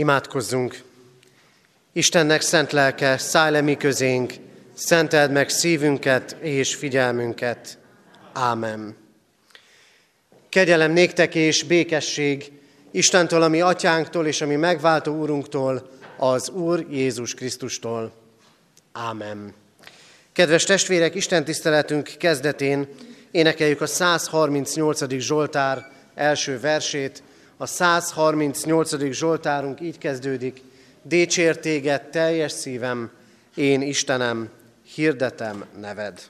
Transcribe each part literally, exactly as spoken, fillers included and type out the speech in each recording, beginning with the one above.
Imádkozzunk! Istennek szent lelke, szállj le mi közénk, szenteld meg szívünket és figyelmünket. Ámen. Kegyelem néktek és békesség Istentől, a mi atyánktól és a mi megváltó úrunktól, az Úr Jézus Krisztustól. Ámen. Kedves testvérek, Isten tiszteletünk kezdetén énekeljük a száz harmincnyolcadik Zsoltár első versét. A száz harmincnyolcadik Zsoltárunk így kezdődik: Dicsér téged teljes szívem, én Istenem, hirdetem neved.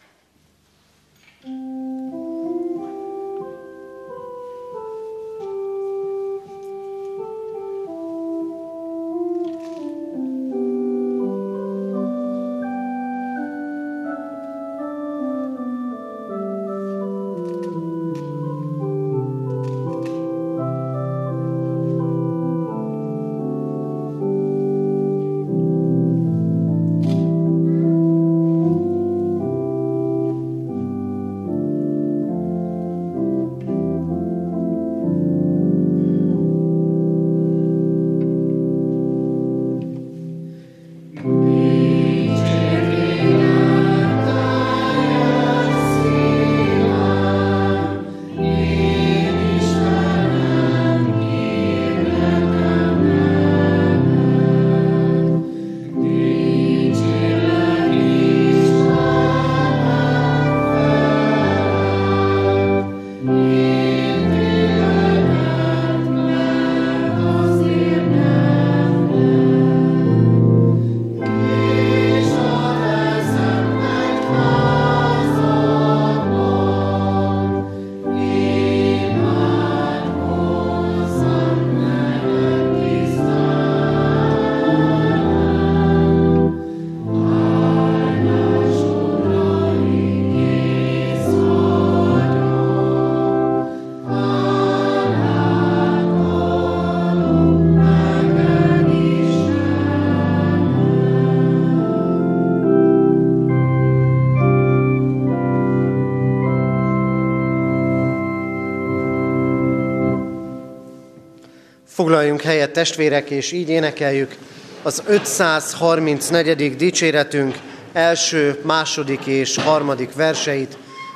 Foglaljunk helyet, testvérek, és így énekeljük az ötszázharmincnegyedik dicséretünk első, második és harmadik verseit.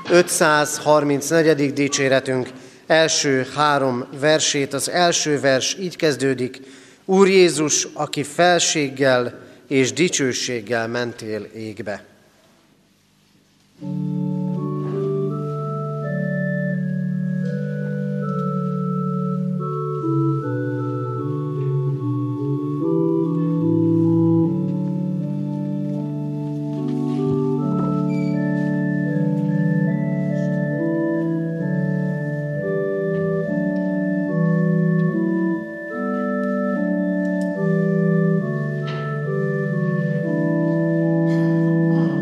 ötszázharmincnegyedik dicséretünk első három versét. Az első vers így kezdődik: Úr Jézus, aki felséggel és dicsőséggel mentél égbe. Oh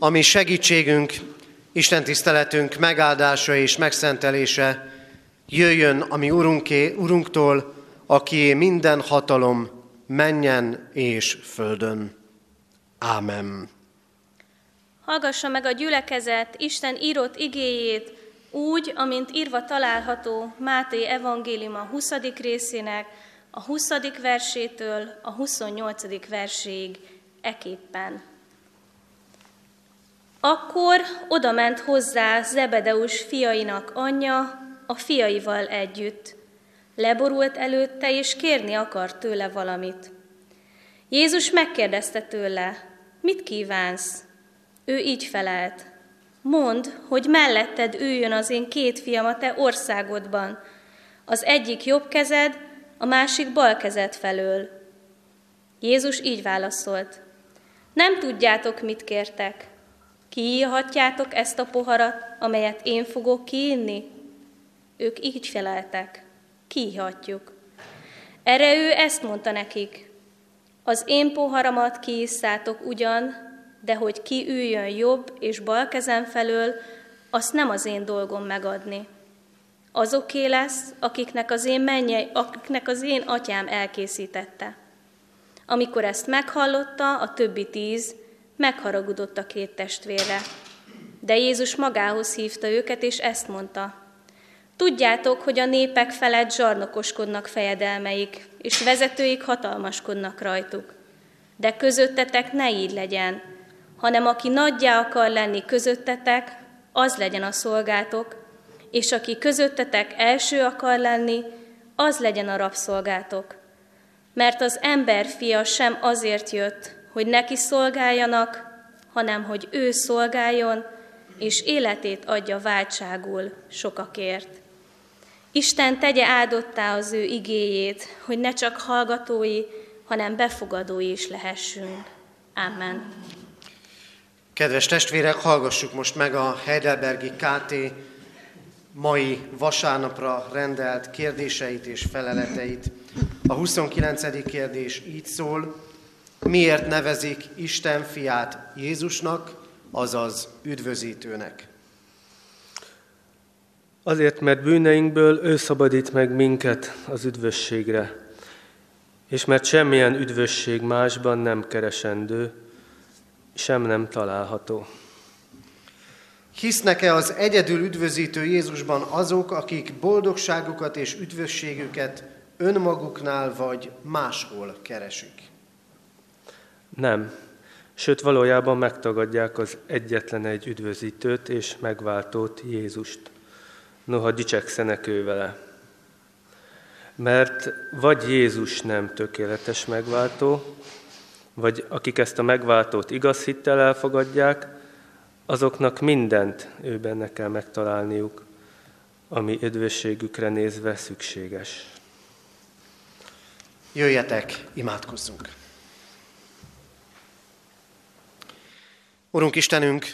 ami segítségünk, Isten tiszteletünk megáldása és megszentelése jöjjön a mi Urunké, Urunktól, aki minden hatalom mennyen és földön. Ámen. Hallgassa meg a gyülekezet Isten írott igéjét úgy, amint írva található Máté evangéliuma huszadik részének a huszadik versétől a huszonnyolcadik verséig eképpen. Akkor odament hozzá Zebedeus fiainak anyja a fiaival együtt. Leborult előtte, és kérni akart tőle valamit. Jézus megkérdezte tőle, mit kívánsz? Ő így felelt, mondd, hogy melletted üljön az én két fiam a te országodban, az egyik jobb kezed, a másik bal kezed felől. Jézus így válaszolt, nem tudjátok, mit kértek. Kiíhatjátok ezt a poharat, amelyet én fogok kiinni? Ők így feleltek, kiíhatjuk. Erre ő ezt mondta nekik, az én poharamat kiisszátok ugyan, de hogy ki üljön jobb és bal kezem felől, azt nem az én dolgom megadni. Azoké lesz, akiknek az én mennyei, akiknek az én atyám elkészítette. Amikor ezt meghallotta, a többi tíz megharagudott a két testvérre. De Jézus magához hívta őket, és ezt mondta. Tudjátok, hogy a népek felett zsarnokoskodnak fejedelmeik, és vezetőik hatalmaskodnak rajtuk. De közöttetek ne így legyen, hanem aki nagyjá akar lenni közöttetek, az legyen a szolgátok, és aki közöttetek első akar lenni, az legyen a rabszolgátok. Mert az emberfia sem azért jött, hogy neki szolgáljanak, hanem hogy ő szolgáljon, és életét adja váltságul sokakért. Isten tegye áldottá az ő igéjét, hogy ne csak hallgatói, hanem befogadói is lehessünk. Amen. Kedves testvérek, hallgassuk most meg a Heidelbergi ká té mai vasárnapra rendelt kérdéseit és feleleteit. A huszonkilencedik kérdés így szól, miért nevezik Isten fiát Jézusnak, azaz üdvözítőnek? Azért, mert bűneinkből ő szabadít meg minket az üdvösségre, és mert semmilyen üdvösség másban nem keresendő, sem nem található. Hisznek-e az egyedül üdvözítő Jézusban azok, akik boldogságukat és üdvösségüket önmaguknál vagy máshol keresik? Nem. Sőt, valójában megtagadják az egyetlen egy üdvözítőt és megváltót, Jézust. Noha dicsekszenek ő vele. Mert vagy Jézus nem tökéletes megváltó, vagy akik ezt a megváltót igaz hittel elfogadják, azoknak mindent ő benne kell megtalálniuk, ami üdvösségükre nézve szükséges. Jöjjetek, imádkozzunk! Urunk Istenünk,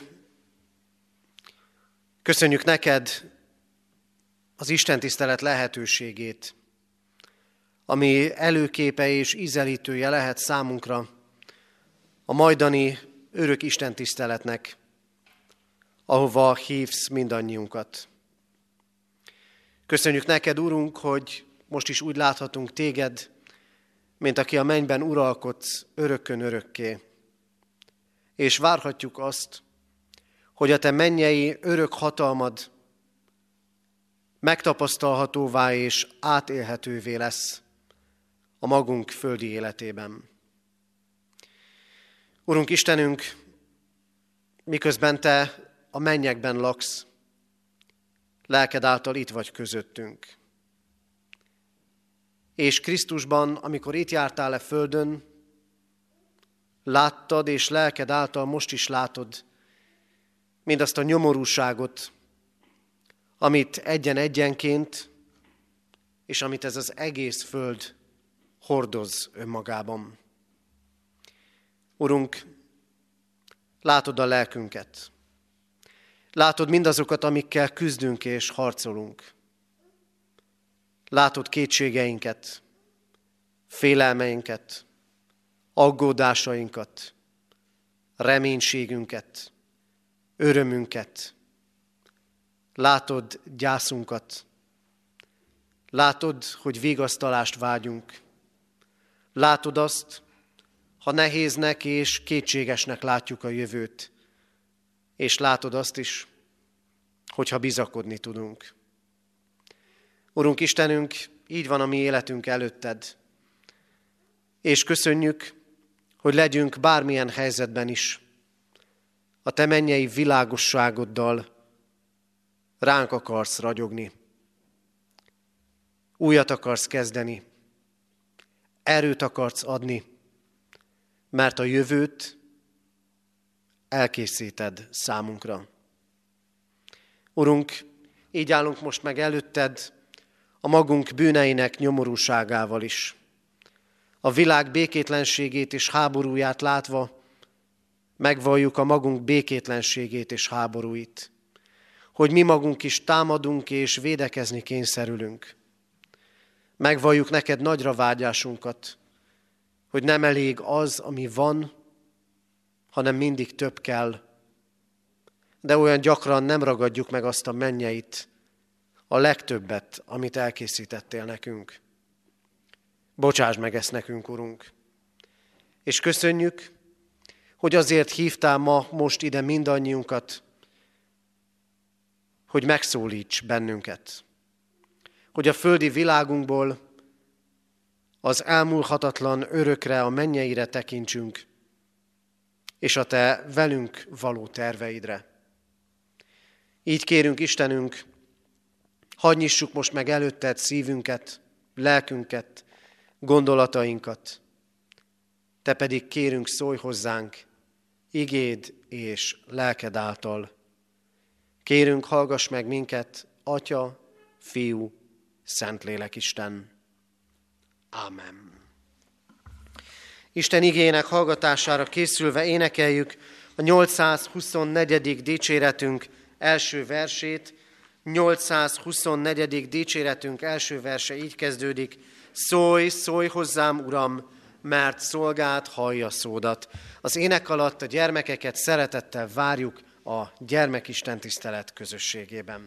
köszönjük neked az istentisztelet lehetőségét, ami előképe és ízelítője lehet számunkra a majdani örök istentiszteletnek, ahova hívsz mindannyiunkat. Köszönjük neked, Urunk, hogy most is úgy láthatunk téged, mint aki a mennyben uralkodsz örökkön örökké. És várhatjuk azt, hogy a te mennyei örök hatalmad megtapasztalhatóvá és átélhetővé lesz a magunk földi életében. Urunk Istenünk, miközben te a mennyekben laksz, lelked által itt vagy közöttünk. És Krisztusban, amikor itt jártál le földön, láttad, és lelked által most is látod mindazt a nyomorúságot, amit egyen-egyenként, és amit ez az egész föld hordoz önmagában. Urunk, látod a lelkünket. Látod mindazokat, amikkel küzdünk és harcolunk. Látod kétségeinket, félelmeinket, aggódásainkat, reménységünket, örömünket, látod gyászunkat, látod, hogy vigasztalást vágyunk, látod azt, ha nehéznek és kétségesnek látjuk a jövőt, és látod azt is, hogyha bizakodni tudunk. Urunk Istenünk, így van a mi életünk előtted, és köszönjük, hogy legyünk bármilyen helyzetben is, a te mennyei világosságoddal ránk akarsz ragyogni. Újat akarsz kezdeni, erőt akarsz adni, mert a jövőt elkészíted számunkra. Urunk, így állunk most meg előtted a magunk bűneinek nyomorúságával is. A világ békétlenségét és háborúját látva megvalljuk a magunk békétlenségét és háborúit, hogy mi magunk is támadunk és védekezni kényszerülünk. Megvalljuk neked nagyra vágyásunkat, hogy nem elég az, ami van, hanem mindig több kell, de olyan gyakran nem ragadjuk meg azt a mennyeit, a legtöbbet, amit elkészítettél nekünk. Bocsáss meg ezt nekünk, Urunk! És köszönjük, hogy azért hívtál ma most ide mindannyiunkat, hogy megszólíts bennünket. Hogy a földi világunkból az elmúlhatatlan örökre, a mennyeire tekintsünk, és a te velünk való terveidre. Így kérünk, Istenünk, hadd nyissuk most meg előtted szívünket, lelkünket, gondolatainkat. Te pedig kérünk, szólj hozzánk, igéd és lelked által. Kérünk, hallgass meg minket, Atya, Fiú, Szentlélek Isten. Ámen. Isten igének hallgatására készülve énekeljük a nyolcszázhuszonnegyedik dicséretünk első versét. nyolcszázhuszonnegyedik dicséretünk első verse így kezdődik: Szólj, szólj hozzám, Uram, mert szolgád hallja szódat. Az ének alatt a gyermekeket szeretettel várjuk a gyermekisten tisztelet közösségében.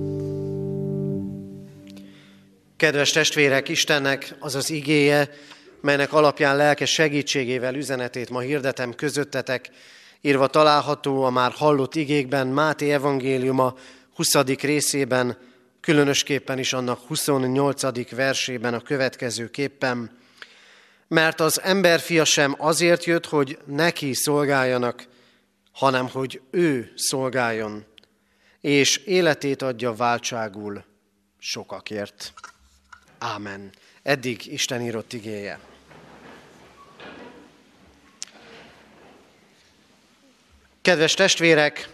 Kedves testvérek, Istennek az az igéje, melynek alapján lelke segítségével üzenetét ma hirdetem közöttetek, írva található a már hallott igékben, Máté evangéliuma huszadik részében, különösképpen is annak huszonnyolcadik versében a következőképpen: mert az emberfia sem azért jött, hogy neki szolgáljanak, hanem hogy ő szolgáljon, és életét adja váltságul sokakért. Ámen. Eddig Isten írott igéje. Kedves testvérek,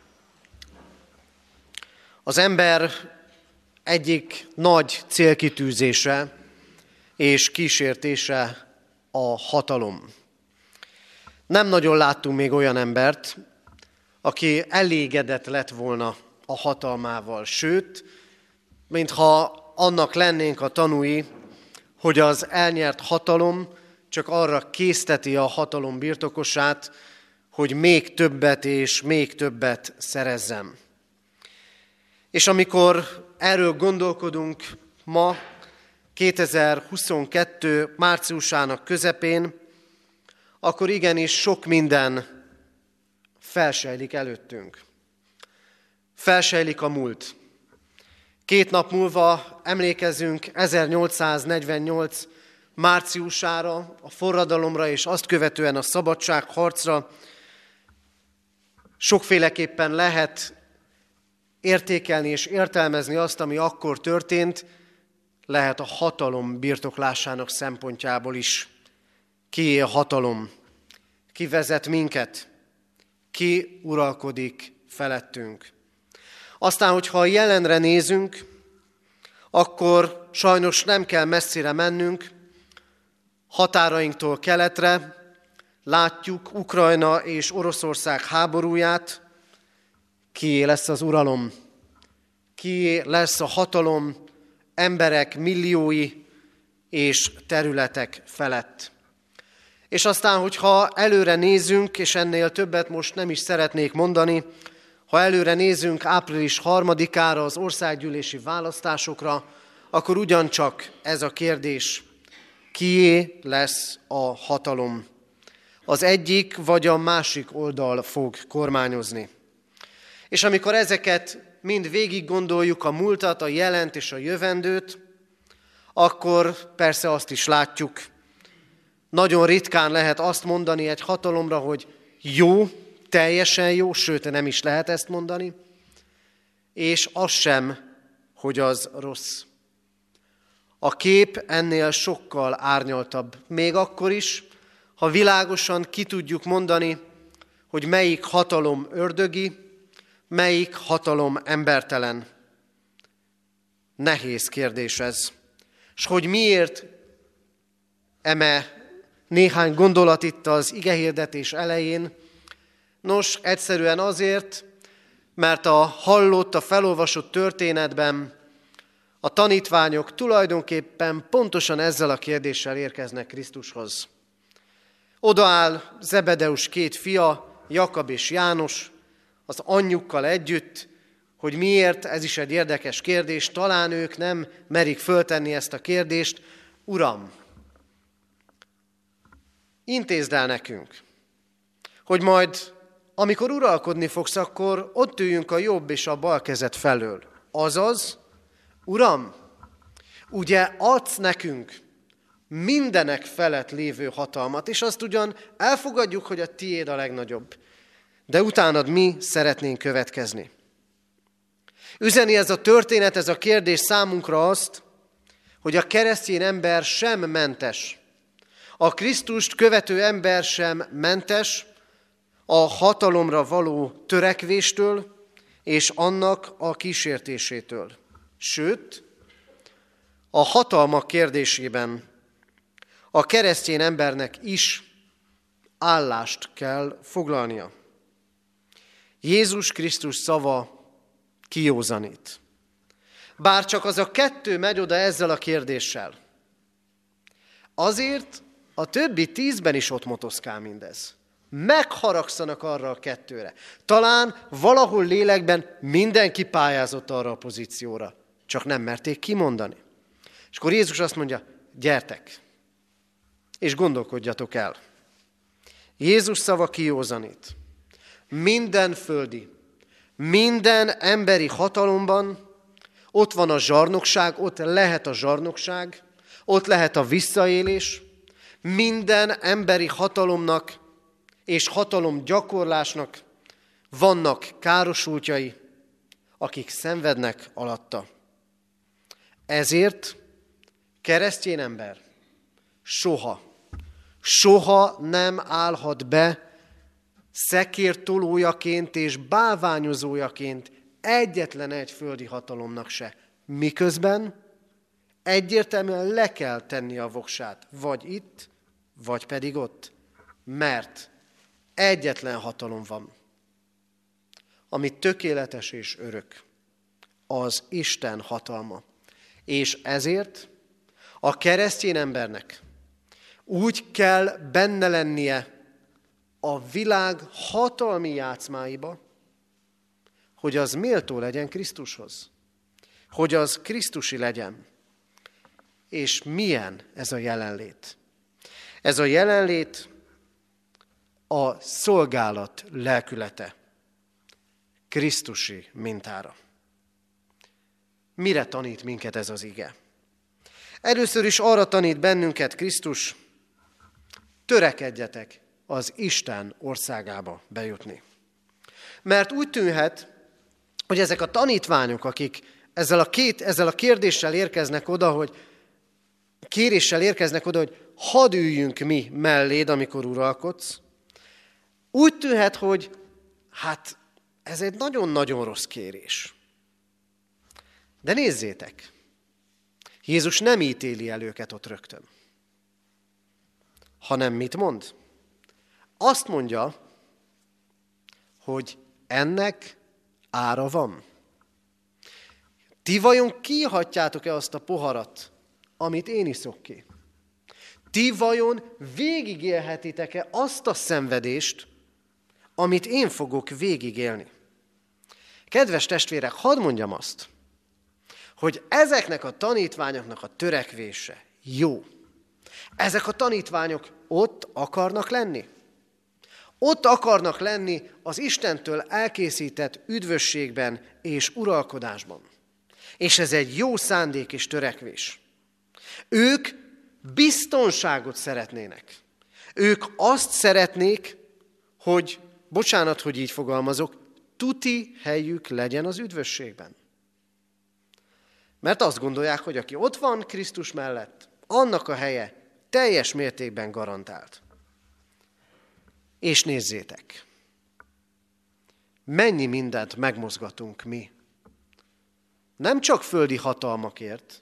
az ember egyik nagy célkitűzése és kísértése a hatalom. Nem nagyon láttunk még olyan embert, aki elégedett lett volna a hatalmával, sőt, mintha annak lennénk a tanúi, hogy az elnyert hatalom csak arra készteti a hatalom birtokosát, hogy még többet és még többet szerezzem. És amikor erről gondolkodunk ma, kétezer-huszonkettő márciusának közepén, akkor igenis sok minden felsejlik előttünk. Felsejlik a múlt. Két nap múlva emlékezzünk ezernyolcszáznegyvennyolc márciusára, a forradalomra és azt követően a szabadságharcra. Sokféleképpen lehet értékelni és értelmezni azt, ami akkor történt, lehet a hatalom birtoklásának szempontjából is. Kié a hatalom? Ki vezet minket? Ki uralkodik felettünk? Aztán, hogyha a jelenre nézünk, akkor sajnos nem kell messzire mennünk, határainktól keletre, látjuk Ukrajna és Oroszország háborúját. Kié lesz az uralom? Kié lesz a hatalom emberek milliói és területek felett? És aztán, hogyha előre nézünk, és ennél többet most nem is szeretnék mondani, ha előre nézünk április harmadikára, az országgyűlési választásokra, akkor ugyancsak ez a kérdés: kié lesz a hatalom? Az egyik vagy a másik oldal fog kormányozni. És amikor ezeket mind végig gondoljuk, a múltat, a jelent és a jövendőt, akkor persze azt is látjuk, nagyon ritkán lehet azt mondani egy hatalomra, hogy jó, teljesen jó, sőt nem is lehet ezt mondani, és az sem, hogy az rossz. A kép ennél sokkal árnyaltabb, még akkor is, ha világosan ki tudjuk mondani, hogy melyik hatalom ördögi, melyik hatalom embertelen. Nehéz kérdés ez. És hogy miért eme néhány gondolat itt az igehirdetés elején? Nos, egyszerűen azért, mert a hallott, a felolvasott történetben a tanítványok tulajdonképpen pontosan ezzel a kérdéssel érkeznek Krisztushoz. Odaáll Zebedeus két fia, Jakab és János, az anyjukkal együtt, hogy miért, ez is egy érdekes kérdés, talán ők nem merik föltenni ezt a kérdést. Uram, intézd el nekünk, hogy majd, amikor uralkodni fogsz, akkor ott üljünk a jobb és a bal kezed felől. Azaz, Uram, ugye adsz nekünk mindenek felett lévő hatalmat, és azt ugyan elfogadjuk, hogy a tiéd a legnagyobb, de utánad mi szeretnénk következni. Üzeni ez a történet, ez a kérdés számunkra azt, hogy a keresztény ember sem mentes, a Krisztust követő ember sem mentes a hatalomra való törekvéstől és annak a kísértésétől. Sőt, a hatalmak kérdésében a keresztény embernek is állást kell foglalnia. Jézus Krisztus szava kijózanít. Bár csak az a kettő megy oda ezzel a kérdéssel, azért a többi tízben is ott motoszkál mindez. Megharagszanak arra a kettőre. Talán valahol lélekben mindenki pályázott arra a pozícióra, csak nem merték kimondani. És akkor Jézus azt mondja, gyertek, És gondolkodjatok el. Jézus szava kijózanít. Minden földi, minden emberi hatalomban ott van a zsarnokság, ott lehet a zsarnokság, ott lehet a visszaélés. Minden emberi hatalomnak és hatalom gyakorlásnak vannak károsultjai, akik szenvednek alatta. Ezért keresztény ember soha, soha nem állhat be szekértolójaként és bálványozójaként egyetlen egy földi hatalomnak se. Miközben egyértelműen le kell tenni a voksát, vagy itt, vagy pedig ott. Mert egyetlen hatalom van, ami tökéletes és örök, az Isten hatalma. És ezért a keresztény embernek úgy kell benne lennie a világ hatalmi játszmáiba, hogy az méltó legyen Krisztushoz, hogy az krisztusi legyen. És milyen ez a jelenlét? Ez a jelenlét a szolgálat lelkülete, krisztusi mintára. Mire tanít minket ez az ige? Először is arra tanít bennünket Krisztus, törekedjetek az Isten országába bejutni. Mert úgy tűnhet, hogy ezek a tanítványok, akik ezzel a, két, ezzel a kérdéssel érkeznek oda, hogy kéréssel érkeznek oda, hogy hadd üljünk mi melléd, amikor uralkodsz, úgy tűnhet, hogy hát ez egy nagyon-nagyon rossz kérés. De nézzétek, Jézus nem ítéli el őket ott rögtön, hanem mit mond? Azt mondja, hogy ennek ára van. Ti vajon kihagyjátok-e azt a poharat, amit én iszok ki? Ti vajon végigélhetitek-e azt a szenvedést, amit én fogok végigélni? Kedves testvérek, hadd mondjam azt, hogy ezeknek a tanítványoknak a törekvése jó. Ezek a tanítványok ott akarnak lenni. Ott akarnak lenni az Istentől elkészített üdvösségben és uralkodásban. És ez egy jó szándék és törekvés. Ők biztonságot szeretnének. Ők azt szeretnék, hogy, bocsánat, hogy így fogalmazok, tuti helyük legyen az üdvösségben. Mert azt gondolják, hogy aki ott van Krisztus mellett, annak a helye teljes mértékben garantált. És nézzétek, mennyi mindent megmozgatunk mi. Nem csak földi hatalmakért,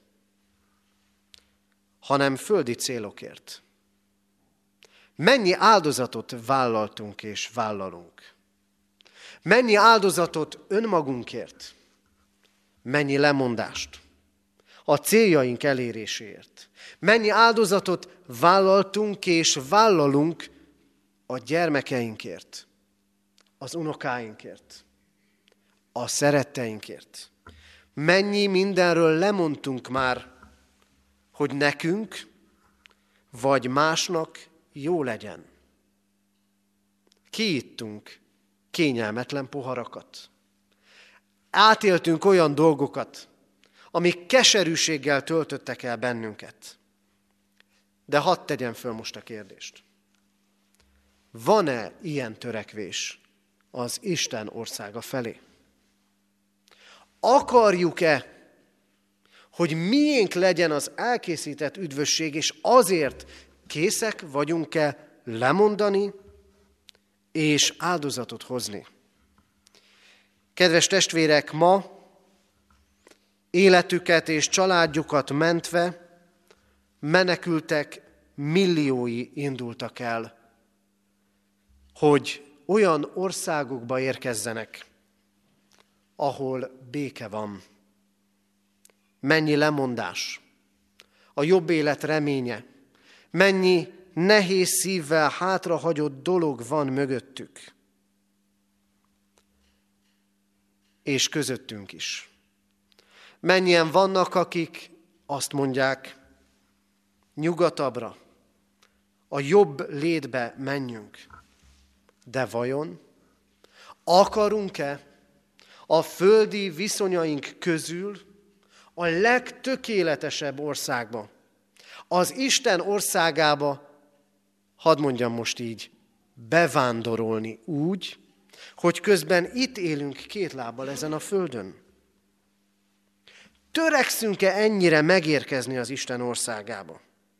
hanem földi célokért. Mennyi áldozatot vállaltunk és vállalunk. Mennyi áldozatot önmagunkért. Mennyi lemondást a céljaink eléréséért. Mennyi áldozatot vállaltunk és vállalunk a gyermekeinkért, az unokáinkért, a szeretteinkért. Mennyi mindenről lemondtunk már, hogy nekünk vagy másnak jó legyen. Kiittunk kényelmetlen poharakat. Átéltünk olyan dolgokat, amik keserűséggel töltöttek el bennünket. De hadd tegyem föl most a kérdést. Van-e ilyen törekvés az Isten országa felé? Akarjuk-e, hogy miénk legyen az elkészített üdvösség, és azért készek vagyunk-e lemondani és áldozatot hozni? Kedves testvérek, ma életüket és családjukat mentve menekültek milliói indultak el, hogy olyan országokba érkezzenek, ahol béke van. Mennyi lemondás, a jobb élet reménye, mennyi nehéz szívvel hátrahagyott dolog van mögöttük. És közöttünk is. Mennyien vannak, akik azt mondják, nyugatabbra, a jobb létbe menjünk. De vajon akarunk-e a földi viszonyaink közül a legtökéletesebb országba, az Isten országába, hadd mondjam most így, bevándorolni úgy, hogy közben itt élünk két lábbal ezen a földön? Törekszünk-e ennyire megérkezni az Isten országába?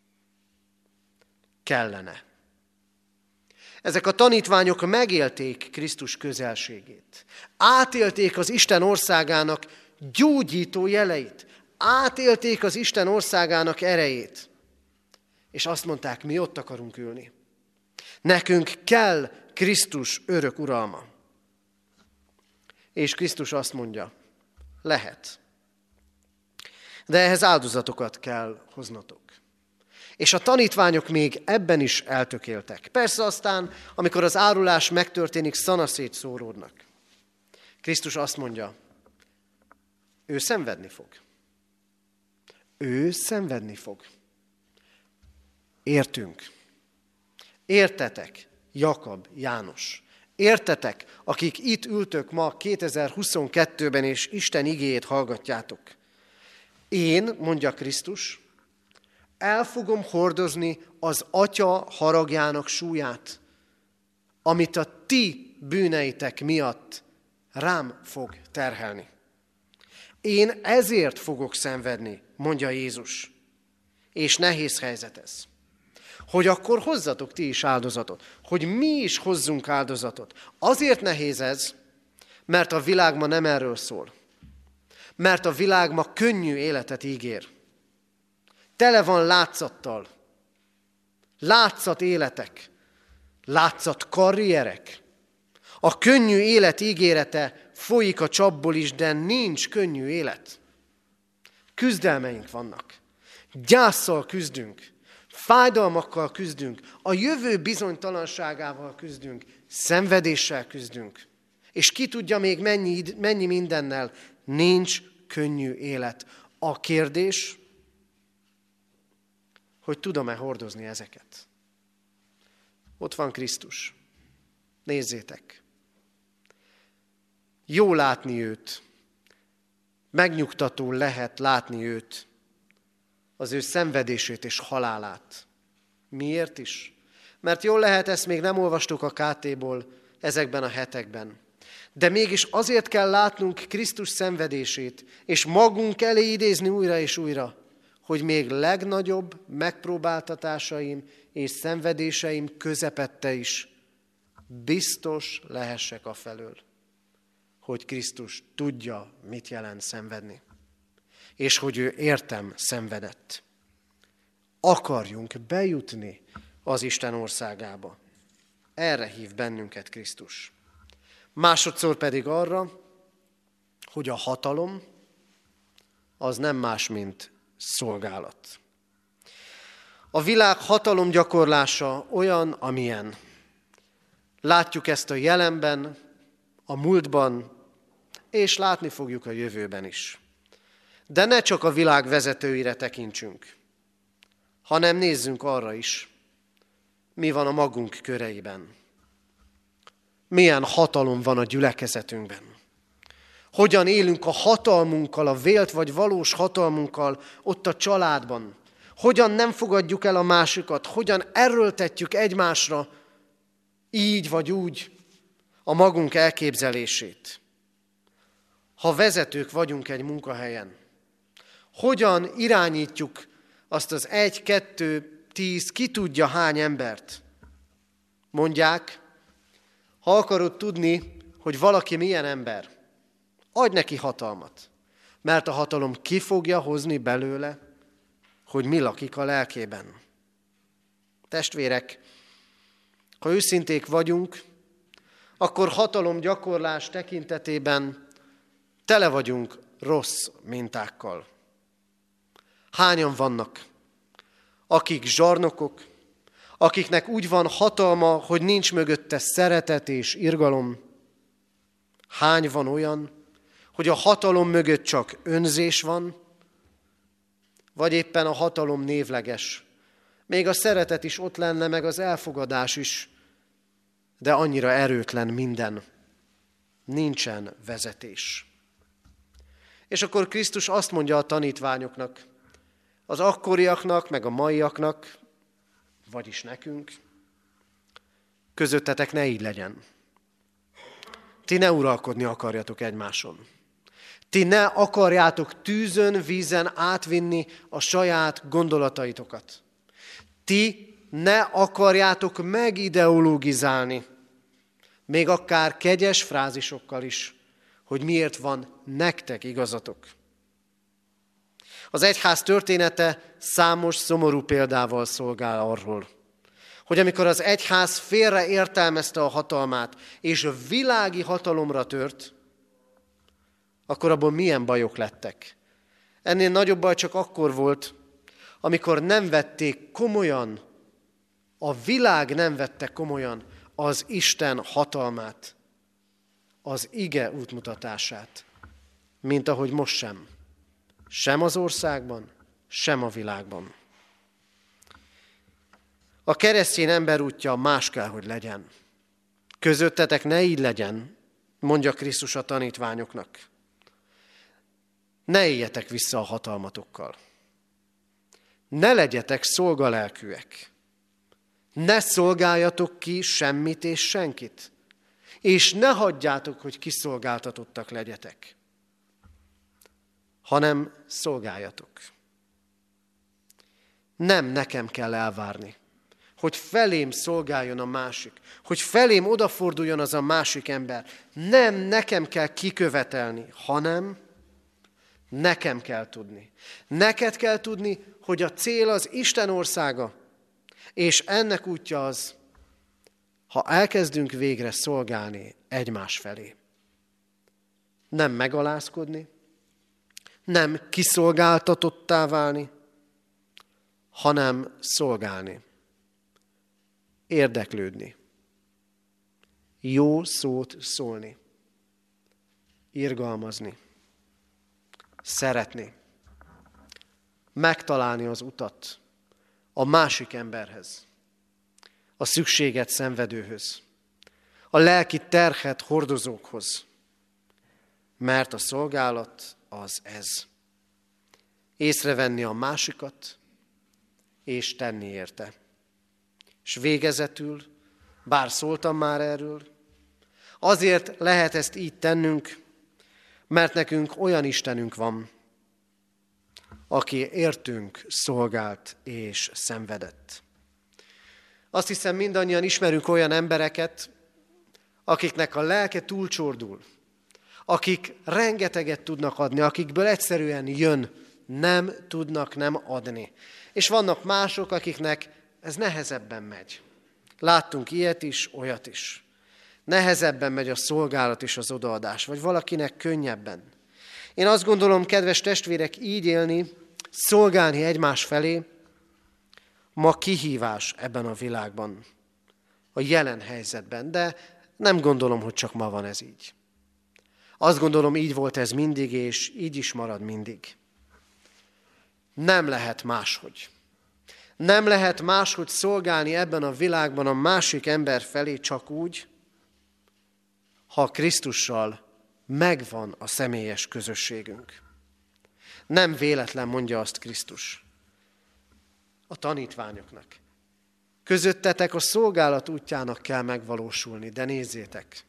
Kellene. Ezek a tanítványok megélték Krisztus közelségét. Átélték az Isten országának gyógyító jeleit. Átélték az Isten országának erejét. És azt mondták, mi ott akarunk ülni. Nekünk kell Krisztus örök uralma. És Krisztus azt mondja, lehet. De ehhez áldozatokat kell hoznatok. És a tanítványok még ebben is eltökéltek. Persze aztán, amikor az árulás megtörténik, szanaszét szóródnak. Krisztus azt mondja, ő szenvedni fog. Ő szenvedni fog. Értünk. Értetek, Jakab, János. Értetek, akik itt ültök ma kétezer-huszonkettőben, és Isten igéjét hallgatjátok. Én, mondja Krisztus, el fogom hordozni az Atya haragjának súlyát, amit a ti bűneitek miatt rám fog terhelni. Én ezért fogok szenvedni, mondja Jézus. És nehéz helyzet ez. Hogy akkor hozzatok ti is áldozatot. Hogy mi is hozzunk áldozatot. Azért nehéz ez, mert a világ ma nem erről szól. Mert a világ ma könnyű életet ígér. Tele van látszattal. Látszat életek. Látszat karrierek. A könnyű élet ígérete folyik a csapból is, de nincs könnyű élet. Küzdelmeink vannak. Gyásszal küzdünk. Fájdalmakkal küzdünk. A jövő bizonytalanságával küzdünk. Szenvedéssel küzdünk. És ki tudja még mennyi, mennyi mindennel. Nincs könnyű élet. A kérdés, hogy tudom-e hordozni ezeket. Ott van Krisztus. Nézzétek. Jó látni őt. Megnyugtató lehet látni őt. Az ő szenvedését és halálát. Miért is? Mert jól lehet, ezt még nem olvastuk a ká té-ból ezekben a hetekben. De mégis azért kell látnunk Krisztus szenvedését, és magunk elé idézni újra és újra, hogy még legnagyobb megpróbáltatásaim és szenvedéseim közepette is biztos lehessek afelől, hogy Krisztus tudja, mit jelent szenvedni, és hogy ő értem szenvedett. Akarjunk bejutni az Isten országába. Erre hív bennünket Krisztus. Másodszor pedig arra, hogy a hatalom az nem más, mint szolgálat. A világ hatalomgyakorlása olyan, amilyen. Látjuk ezt a jelenben, a múltban, és látni fogjuk a jövőben is. De ne csak a világ vezetőire tekintsünk, hanem nézzünk arra is, mi van a magunk köreiben. Milyen hatalom van a gyülekezetünkben. Hogyan élünk a hatalmunkkal, a vélt vagy valós hatalmunkkal ott a családban. Hogyan nem fogadjuk el a másikat, hogyan erőltetjük egymásra így vagy úgy a magunk elképzelését. Ha vezetők vagyunk egy munkahelyen, hogyan irányítjuk azt az egy, kettő, tíz, ki tudja hány embert. Mondják, ha akarod tudni, hogy valaki milyen ember, adj neki hatalmat, mert a hatalom ki fogja hozni belőle, hogy mi lakik a lelkében. Testvérek, ha őszinték vagyunk, akkor hatalomgyakorlás tekintetében tele vagyunk rossz mintákkal. Hányan vannak, akik zsarnokok, akiknek úgy van hatalma, hogy nincs mögötte szeretet és irgalom. Hány van olyan, hogy a hatalom mögött csak önzés van, vagy éppen a hatalom névleges, Még a szeretet is ott lenne, meg az elfogadás is, de annyira erőtlen minden. Nincsen vezetés. És akkor Krisztus azt mondja a tanítványoknak, az akkoriaknak, meg a maiaknak, vagyis nekünk, közöttetek ne így legyen. Ti ne uralkodni akarjatok egymáson. Ti ne akarjátok tűzön, vízen átvinni a saját gondolataitokat. Ti ne akarjátok megideologizálni, még akár kegyes frázisokkal is, hogy miért van nektek igazatok. Az egyház története számos szomorú példával szolgál arról, hogy amikor az egyház félre értelmezte a hatalmát, és a világi hatalomra tört, akkor abból milyen bajok lettek. Ennél nagyobb baj csak akkor volt, amikor nem vették komolyan, a világ nem vette komolyan az Isten hatalmát, az ige útmutatását, mint ahogy most sem. Sem az országban, sem a világban. A keresztény ember útja más kell, hogy legyen. Közöttetek ne így legyen, mondja Krisztus a tanítványoknak. Ne éljetek vissza a hatalmatokkal. Ne legyetek szolgalelkűek. Ne szolgáljatok ki semmit és senkit. És ne hagyjátok, hogy kiszolgáltatottak legyetek, hanem szolgáljatok. Nem nekem kell elvárni, hogy felém szolgáljon a másik, hogy felém odaforduljon az a másik ember. Nem nekem kell kikövetelni, hanem nekem kell tudni. Neked kell tudni, hogy a cél az Isten országa, és ennek útja az, ha elkezdünk végre szolgálni egymás felé. Nem megalázkodni, nem kiszolgáltatottá válni, hanem szolgálni, érdeklődni, jó szót szólni, irgalmazni, szeretni, megtalálni az utat a másik emberhez, a szükséget szenvedőhöz, a lelki terhet hordozókhoz, mert a szolgálat az ez. Észrevenni a másikat, és tenni érte. És végezetül, bár szóltam már erről, azért lehet ezt így tennünk, mert nekünk olyan Istenünk van, aki értünk szolgált és szenvedett. Azt hiszem, mindannyian ismerünk olyan embereket, akiknek a lelke túlcsordul, akik rengeteget tudnak adni, akikből egyszerűen jön, nem tudnak nem adni. És vannak mások, akiknek ez nehezebben megy. Láttunk ilyet is, olyat is. Nehezebben megy a szolgálat és az odaadás, vagy valakinek könnyebben. Én azt gondolom, kedves testvérek, így élni, szolgálni egymás felé, ma kihívás ebben a világban, a jelen helyzetben, de nem gondolom, hogy csak ma van ez így. Azt gondolom, így volt ez mindig, és így is marad mindig. Nem lehet máshogy. Nem lehet máshogy szolgálni ebben a világban a másik ember felé csak úgy, ha Krisztussal megvan a személyes közösségünk. Nem véletlen mondja azt Krisztus a tanítványoknak. Közöttetek a szolgálat útjának kell megvalósulni, de nézzétek,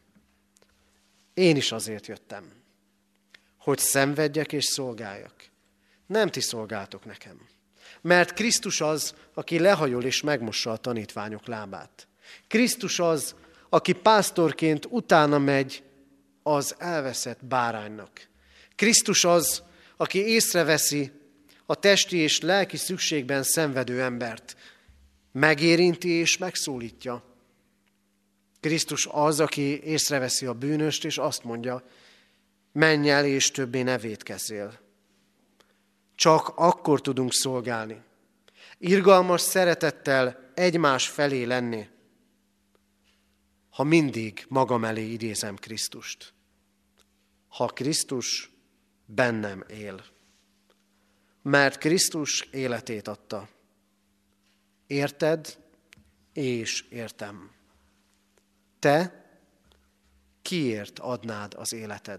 én is azért jöttem, hogy szenvedjek és szolgáljak. Nem ti szolgáltok nekem. Mert Krisztus az, aki lehajol és megmossa a tanítványok lábát. Krisztus az, aki pásztorként utána megy az elveszett báránynak. Krisztus az, aki észreveszi a testi és lelki szükségben szenvedő embert. Megérinti és megszólítja. Krisztus az, aki észreveszi a bűnöst, és azt mondja, menj el, és többé ne vétkezzél. Csak akkor tudunk szolgálni. Irgalmas szeretettel egymás felé lenni, ha mindig magam elé idézem Krisztust. Ha Krisztus bennem él. Mert Krisztus életét adta. Érted és értem. Te kiért adnád az életed?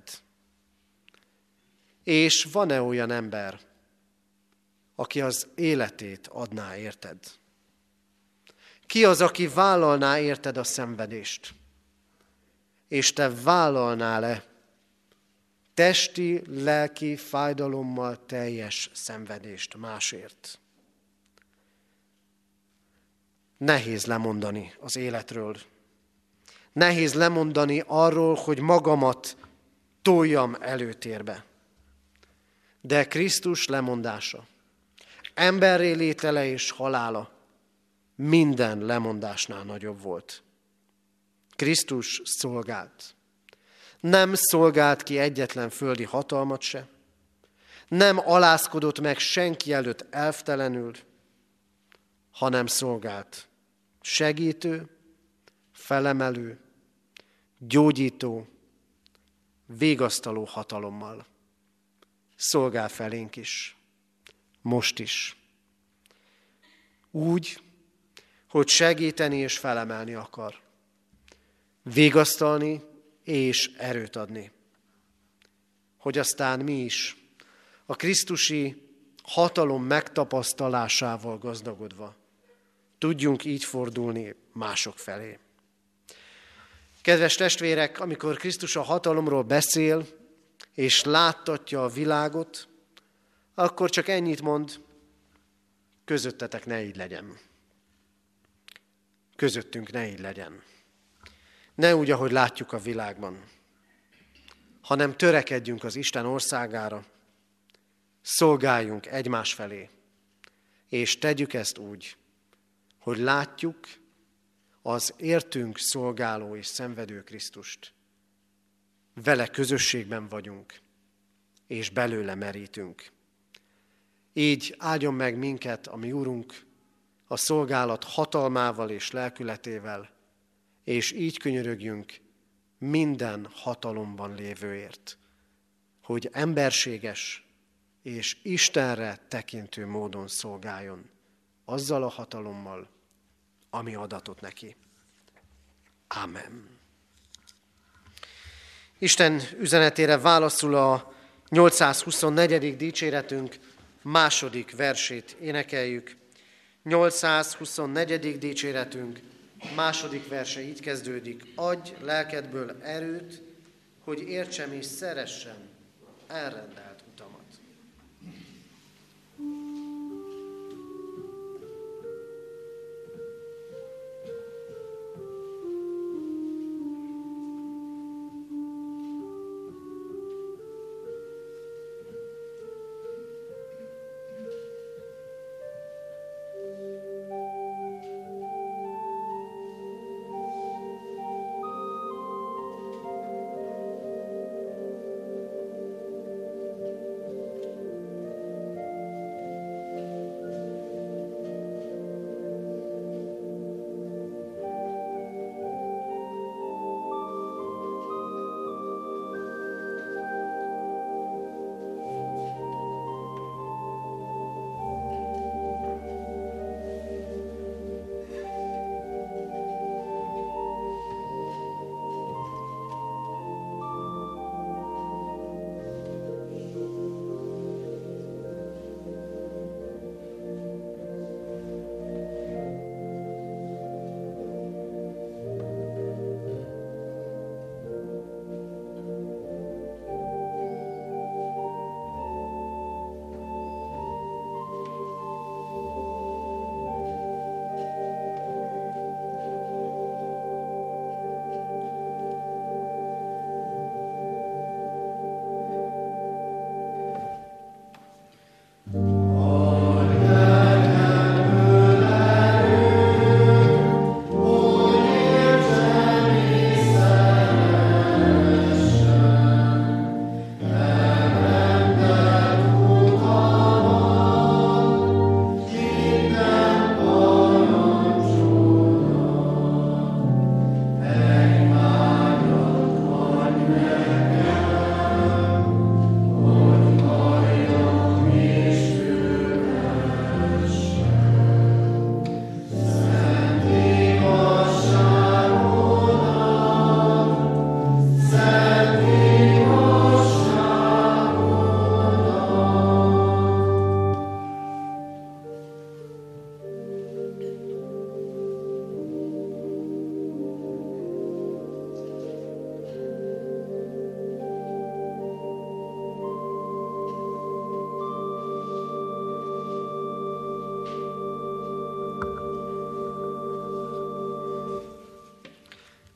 És van-e olyan ember, aki az életét adná érted? Ki az, aki vállalná érted a szenvedést? És te vállalnál-e testi, lelki fájdalommal teljes szenvedést másért? Nehéz lemondani az életről. Nehéz lemondani arról, hogy magamat toljam előtérbe. De Krisztus lemondása, emberré létele és halála minden lemondásnál nagyobb volt. Krisztus szolgált. Nem szolgált ki egyetlen földi hatalmat se, nem alázkodott meg senki előtt elvtelenül, hanem szolgált segítő, felemelő, gyógyító, végasztaló hatalommal. Szolgál felénk is, most is. Úgy, hogy segíteni és felemelni akar. Végasztalni és erőt adni. Hogy aztán mi is a krisztusi hatalom megtapasztalásával gazdagodva tudjunk így fordulni mások felé. Kedves testvérek, amikor Krisztus a hatalomról beszél, és láttatja a világot, akkor csak ennyit mond, közöttetek ne így legyen. Közöttünk ne így legyen. Ne úgy, ahogy látjuk a világban, hanem törekedjünk az Isten országára, szolgáljunk egymás felé, és tegyük ezt úgy, hogy látjuk az értünk szolgáló és szenvedő Krisztust. Vele közösségben vagyunk, és belőle merítünk. Így áldjon meg minket a mi Urunk a szolgálat hatalmával és lelkületével, és így könyörögjünk minden hatalomban lévőért, hogy emberséges és Istenre tekintő módon szolgáljon, azzal a hatalommal, ami adatot neki. Ámen. Isten üzenetére válaszul a nyolcszázhuszonnegyedik dicséretünk második versét énekeljük. nyolcszázhuszonnegyedik dicséretünk második verse így kezdődik. Adj lelkedből erőt, hogy értsem és szeressem elrendelt utamat.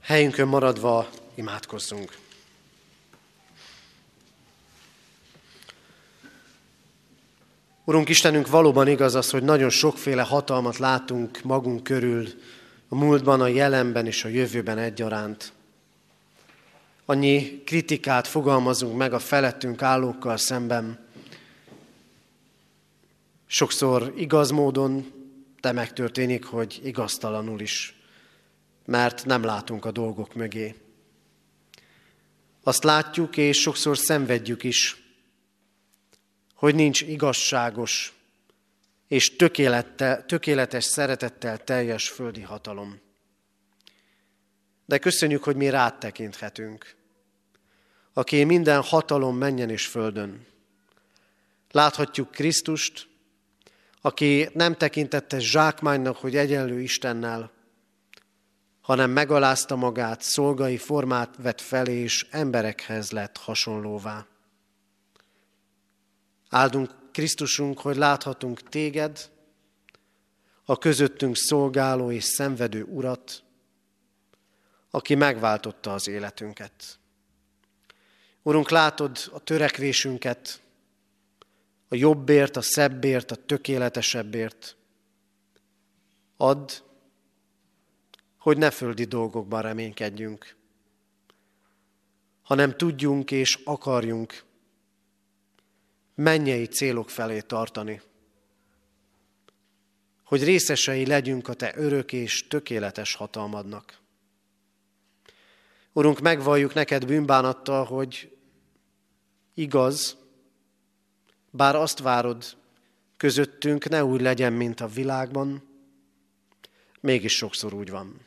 Helyünkön maradva imádkozzunk. Urunk Istenünk, valóban igaz az, hogy nagyon sokféle hatalmat látunk magunk körül, a múltban, a jelenben és a jövőben egyaránt. Annyi kritikát fogalmazunk meg a felettünk állókkal szemben. Sokszor igaz módon, de megtörténik, hogy igaztalanul is, mert nem látunk a dolgok mögé. Azt látjuk, és sokszor szenvedjük is, hogy nincs igazságos és tökéletes szeretettel teljes földi hatalom. De köszönjük, hogy mi rád tekinthetünk, aki minden hatalom mennyen és földön. Láthatjuk Krisztust, aki nem tekintette zsákmánynak, hogy egyenlő Istennel, hanem megalázta magát, szolgai formát vett fel, és emberekhez lett hasonlóvá. Áldunk Krisztusunk, hogy láthatunk téged, a közöttünk szolgáló és szenvedő Urat, aki megváltotta az életünket. Urunk, látod a törekvésünket, a jobbért, a szebbért, a tökéletesebbért. Add, hogy ne földi dolgokban reménykedjünk, hanem tudjunk és akarjunk mennyei célok felé tartani, hogy részesei legyünk a te örök és tökéletes hatalmadnak. Urunk, megvalljuk neked bűnbánattal, hogy igaz, bár azt várod, közöttünk ne úgy legyen, mint a világban, mégis sokszor úgy van.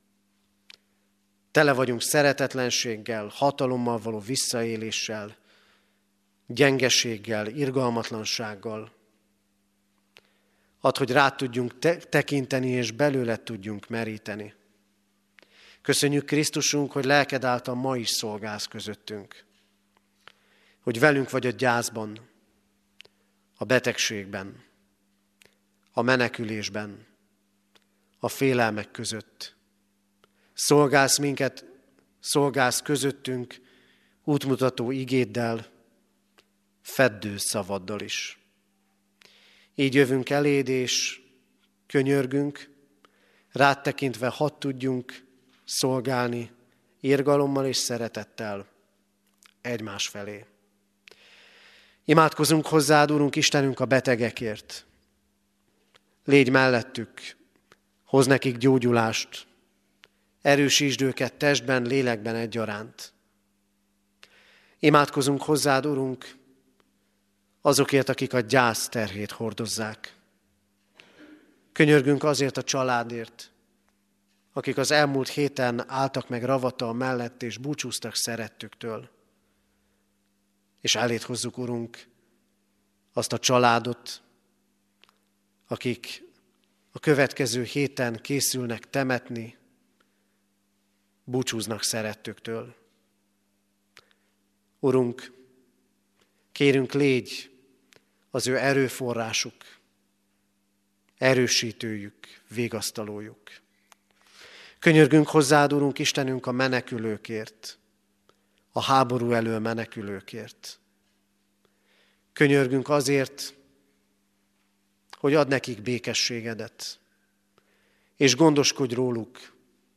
Tele vagyunk szeretetlenséggel, hatalommal való visszaéléssel, gyengeséggel, irgalmatlansággal. Add, hogy rád tudjunk te- tekinteni, és belőled tudjunk meríteni. Köszönjük Krisztusunk, hogy lelked által ma is szolgálsz közöttünk. Hogy velünk vagy a gyászban, a betegségben, a menekülésben, a félelmek között. Szolgálsz minket, szolgálsz közöttünk útmutató igéddel, feddő szavaddal is. Így jövünk eléd, és könyörgünk, rád tekintve hadd tudjunk szolgálni irgalommal és szeretettel egymás felé. Imádkozunk hozzád, Urunk Istenünk, a betegekért. Légy mellettük, hozz nekik gyógyulást, erősítsd őket testben, lélekben egyaránt. Imádkozunk hozzád, Urunk, azokért, akik a gyász terhét hordozzák. Könyörgünk azért a családért, akik az elmúlt héten álltak meg ravatal mellett, és búcsúztak szerettüktől. És eléd hozzuk, Urunk, azt a családot, akik a következő héten készülnek temetni, búcsúznak szerettüktől. Urunk, kérünk, légy az ő erőforrásuk, erősítőjük, végasztalójuk. Könyörgünk hozzád, Urunk Istenünk, a menekülőkért, a háború elől menekülőkért. Könyörgünk azért, hogy add nekik békességedet, és gondoskodj róluk,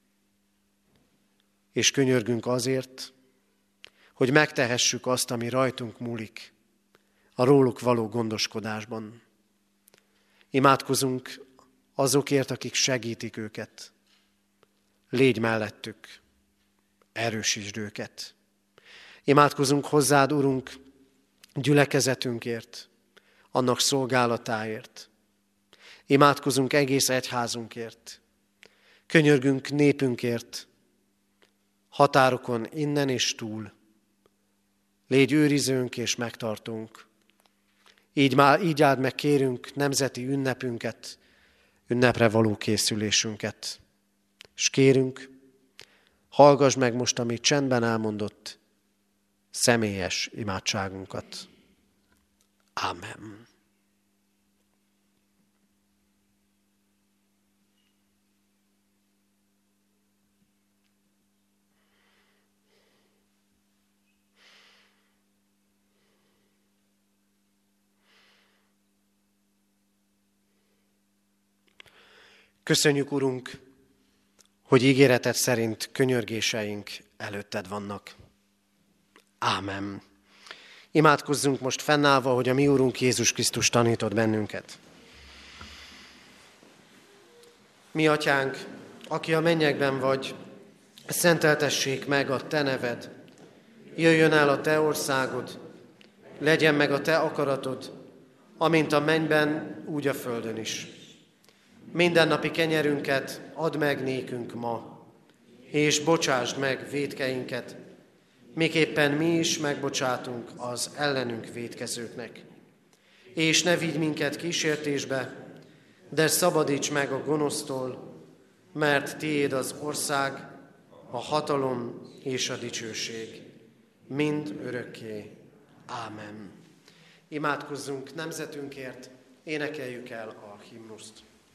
és könyörgünk azért, hogy megtehessük azt, ami rajtunk múlik, a róluk való gondoskodásban. Imádkozunk azokért, akik segítik őket. Légy mellettük, erősítsd őket. Imádkozunk hozzád, Urunk, gyülekezetünkért, annak szolgálatáért. Imádkozunk egész egyházunkért. Könyörgünk népünkért, határokon innen és túl. Légy őrizőnk és megtartunk. Így, már, így áld meg, kérünk, nemzeti ünnepünket, ünnepre való készülésünket. És kérünk, hallgass meg most, amit csendben elmondott, személyes imádságunkat. Ámen. Köszönjük, Urunk, hogy ígéreted szerint könyörgéseink előtted vannak. Ámen. Imádkozzunk most fennállva, hogy a mi Urunk Jézus Krisztus tanított bennünket. Mi Atyánk, aki a mennyekben vagy, szenteltessék meg a Te neved. Jöjjön el a Te országod, legyen meg a Te akaratod, amint a mennyben, úgy a földön is. Mindennapi kenyerünket add meg nékünk ma, és bocsásd meg vétkeinket, miképpen mi is megbocsátunk az ellenünk vétkezőknek. És ne vigy minket kísértésbe, de szabadíts meg a gonosztól, mert tiéd az ország, a hatalom és a dicsőség, mind örökké. Ámen. Imádkozzunk nemzetünkért, énekeljük el a himnuszt.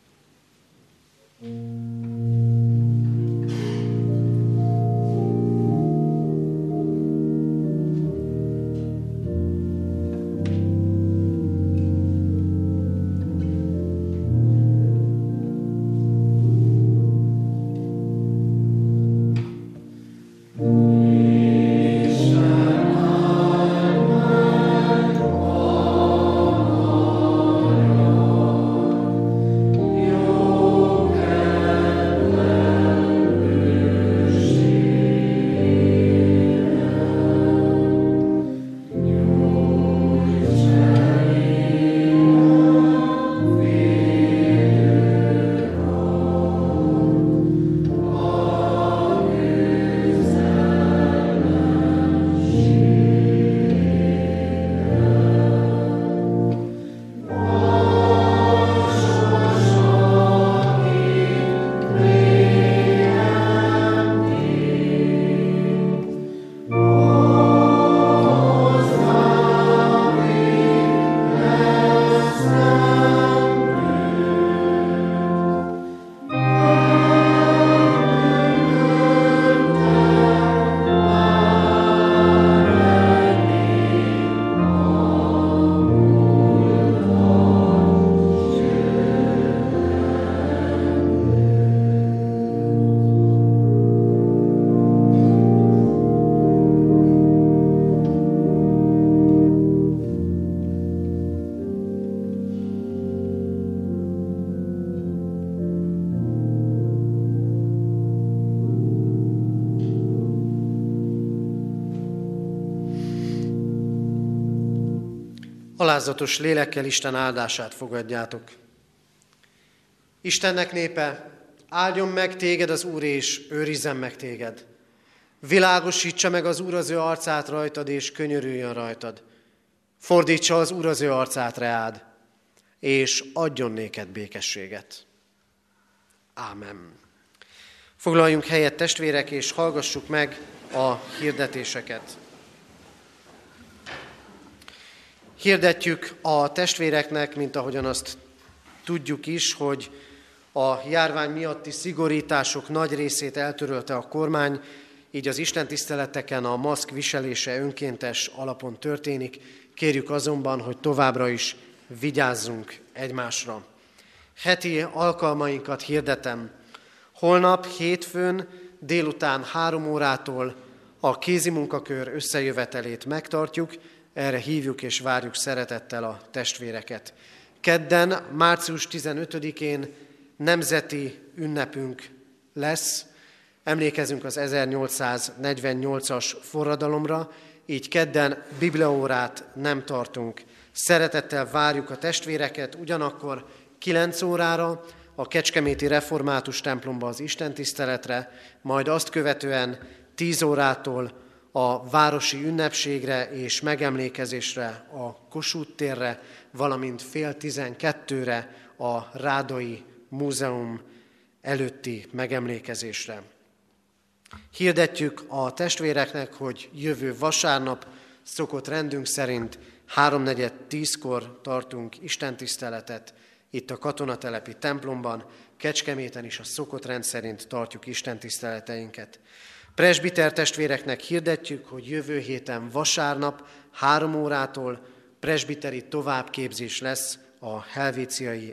Alázatos lélekkel Isten áldását fogadjátok. Istennek népe, áldjon meg téged az Úr, és őrizzen meg téged. Világosítsa meg az Úr az ő arcát rajtad, és könyörüljön rajtad. Fordítsa az Úr az ő arcát reád, és adjon néked békességet. Ámen. Foglaljunk helyet, testvérek, és hallgassuk meg a hirdetéseket. Hirdetjük a testvéreknek, mint ahogyan azt tudjuk is, hogy a járvány miatti szigorítások nagy részét eltörölte a kormány, így az istentiszteleteken a maszk viselése önkéntes alapon történik. Kérjük azonban, hogy továbbra is vigyázzunk egymásra. Heti alkalmainkat hirdetem. Holnap, hétfőn, délután három órától a kézimunkakör összejövetelét megtartjuk, erre hívjuk és várjuk szeretettel a testvéreket. Kedden, március tizenötödikén nemzeti ünnepünk lesz. Emlékezünk az ezernyolcszáznegyvennyolcas forradalomra, így kedden bibliaórát nem tartunk. Szeretettel várjuk a testvéreket, ugyanakkor kilenc órára a Kecskeméti Református templomba az istentiszteletre, majd azt követően tíz órától a városi ünnepségre és megemlékezésre a Kossuth térre, valamint fél tizenkettőre a Rádai Múzeum előtti megemlékezésre. Hirdetjük a testvéreknek, hogy jövő vasárnap szokott rendünk szerint háromnegyed tízkor tartunk istentiszteletet itt a katonatelepi templomban, Kecskeméten is a szokott rend szerint tartjuk istentiszteleteinket. Presbiter testvéreknek hirdetjük, hogy jövő héten vasárnap három órától presbiteri továbbképzés lesz a helvéciai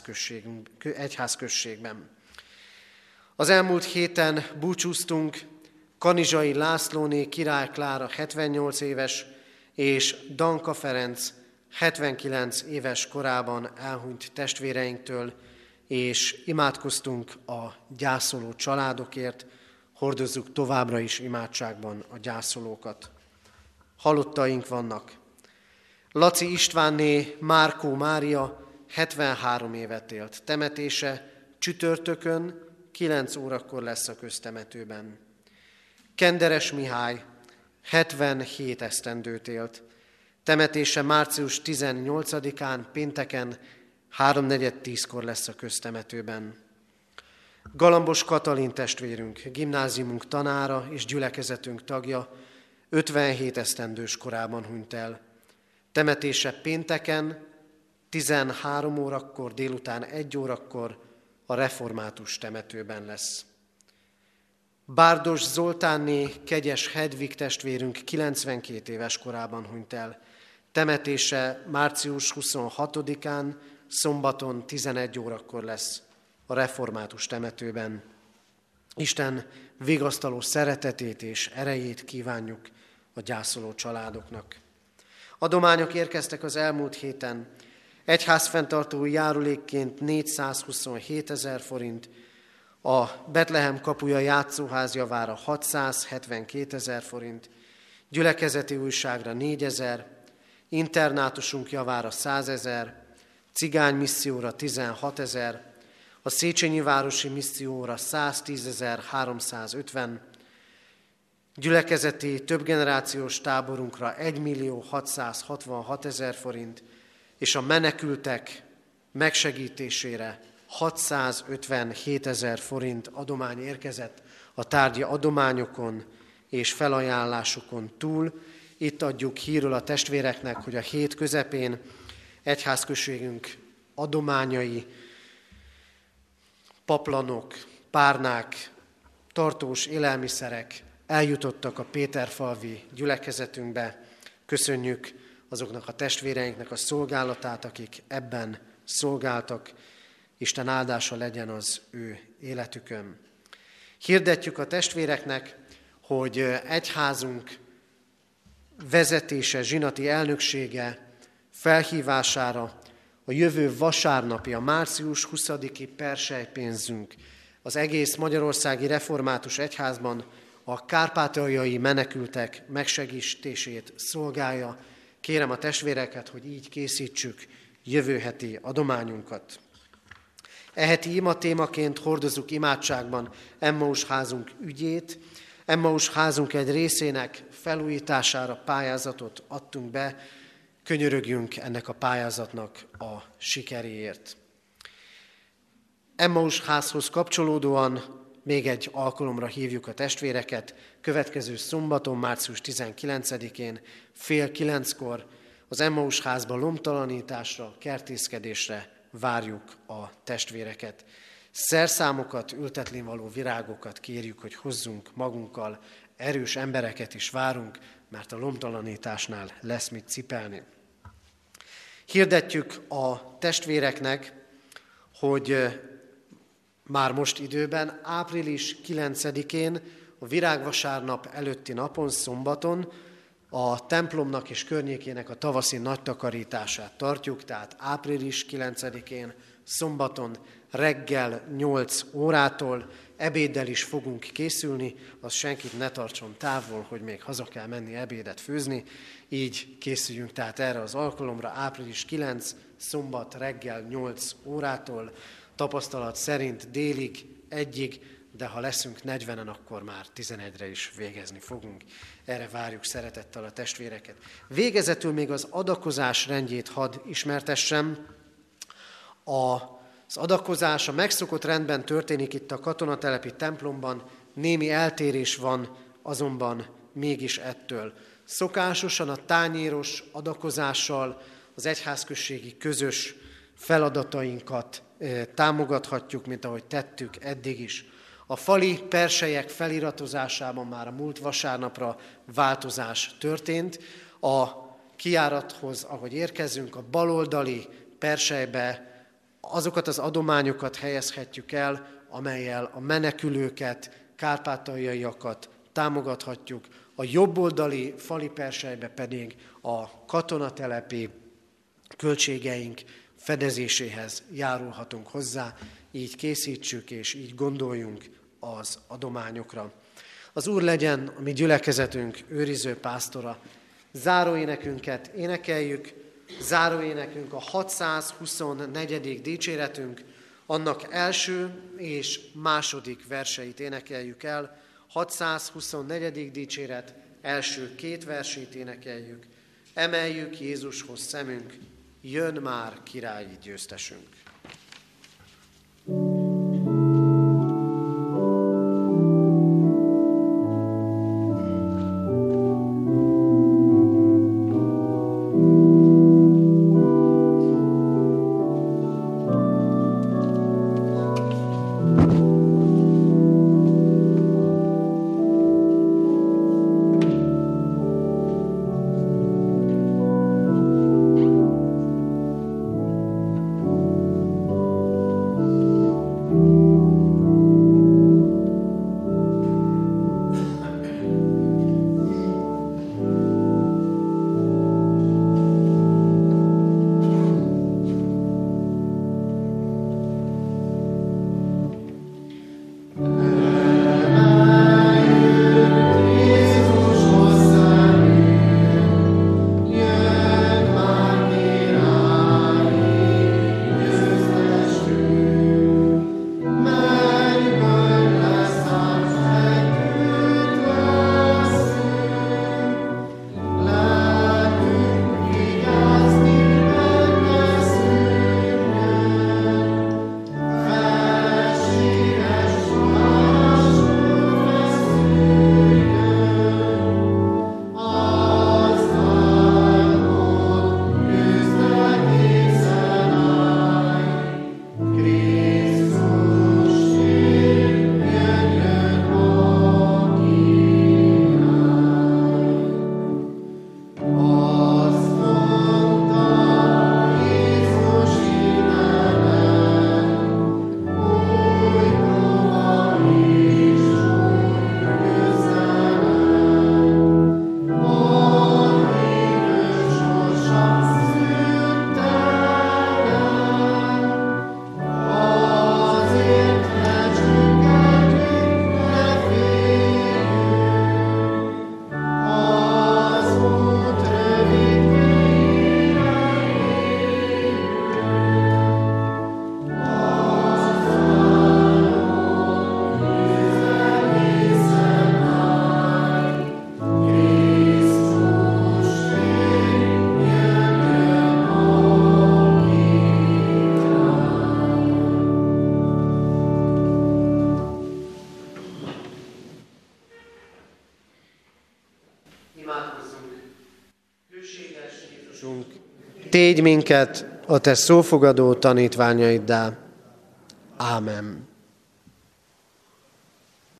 egyházközségben. Az elmúlt héten búcsúztunk Kanizsai Lászlóné Király Klára hetvennyolc éves és Danka Ferenc hetvenkilenc éves korában elhunyt testvéreinktől, és imádkoztunk a gyászoló családokért, hordozzuk továbbra is imádságban a gyászolókat. Halottaink vannak. Laci Istvánné Márkó Mária hetvenhárom évet élt. Temetése csütörtökön kilenc órakor lesz a köztemetőben. Kenderes Mihály hetvenhét esztendőt élt. Temetése március tizennyolcadikán pénteken háromnegyed tízkor lesz a köztemetőben. Galambos Katalin testvérünk, gimnáziumunk tanára és gyülekezetünk tagja, ötvenhét esztendős korában hunyt el. Temetése pénteken tizenhárom órakor, délután egy órakor a református temetőben lesz. Bárdos Zoltánné Kegyes Hedvig testvérünk kilencvenkét éves korában hunyt el. Temetése március huszonhatodikán, szombaton tizenegy órakor lesz a református temetőben. Isten vigasztaló szeretetét és erejét kívánjuk a gyászoló családoknak. Adományok érkeztek az elmúlt héten. Egyházfenntartói járulékként négyszázhuszonhét ezer forint, a Betlehem kapuja játszóház javára hatszázhetvenkét ezer forint, gyülekezeti újságra négyezer, internátusunk javára százezer, cigány misszióra tizenhat ezer, a Széchenyi városi misszióra száztízezer-háromszázötven, gyülekezeti többgenerációs táborunkra egymillió hatszázhatvanhat ezer forint, és a menekültek megsegítésére hatszázötvenhét ezer forint adomány érkezett a tárgyi adományokon és felajánlásokon túl. Itt adjuk hírül a testvéreknek, hogy a hét közepén egyházközségünk adományai, paplanok, párnák, tartós élelmiszerek eljutottak a Péterfalvi gyülekezetünkbe. Köszönjük azoknak a testvéreinknek a szolgálatát, akik ebben szolgáltak. Isten áldása legyen az ő életükön. Hirdetjük a testvéreknek, hogy egyházunk vezetése, zsinati elnöksége felhívására a jövő vasárnapi, a március huszadiki perselypénzünk az egész Magyarországi Református Egyházban a kárpátaljai menekültek megsegítését szolgálja. Kérem a testvéreket, hogy így készítsük jövő heti adományunkat. E heti ima témaként hordozzuk imádságban Emmaus házunk ügyét. Emmaus házunk egy részének felújítására pályázatot adtunk be. Könyörögjünk ennek a pályázatnak a sikeréért. Emmaus házhoz kapcsolódóan még egy alkalomra hívjuk a testvéreket. Következő szombaton, március tizenkilencedikén fél kilenckor az Emmaus házba lomtalanításra, kertészkedésre várjuk a testvéreket. Szerszámokat, ültetlénvaló virágokat kérjük, hogy hozzunk magunkkal. Erős embereket is várunk, mert a lomtalanításnál lesz mit cipelni. Hirdetjük a testvéreknek, hogy már most időben, április kilencedikén, a virágvasárnap előtti napon, szombaton a templomnak és környékének a tavaszi nagy takarítását tartjuk, tehát április kilencedikén, szombaton reggel nyolc órától ebéddel is fogunk készülni, az senkit ne tartson távol, hogy még haza kell menni ebédet főzni, így készüljünk tehát erre az alkalomra, április kilencedike, szombat reggel nyolc órától, tapasztalat szerint délig, egyig, de ha leszünk negyvenen, akkor már tizenegyre is végezni fogunk. Erre várjuk szeretettel a testvéreket. Végezetül még az adakozás rendjét hadd ismertessem. Az adakozás a megszokott rendben történik itt a katonatelepi templomban, némi eltérés van azonban mégis ettől. Szokásosan a tányéros adakozással az egyházközségi közös feladatainkat támogathatjuk, mint ahogy tettük eddig is. A fali perselyek feliratozásában már a múlt vasárnapra változás történt. A kijárathoz, ahogy érkezünk, a baloldali perselybe azokat az adományokat helyezhetjük el, amellyel a menekülőket, kárpátaljaiakat támogathatjuk, a jobboldali fali perselybe pedig a katonatelepi költségeink fedezéséhez járulhatunk hozzá, így készítsük és így gondoljunk az adományokra. Az Úr legyen a mi gyülekezetünk őriző pásztora. Záróénekünket énekeljük, záróénekünk a hatszázhuszonnegyedik dicséretünk, annak első és második verseit énekeljük el. hatszázhuszonnegyedik dicséret első két versét énekeljük. Emeljük Jézushoz szemünk, jön már királyi győztesünk. Tégy minket a te szófogadó tanítványaiddá. Ámen.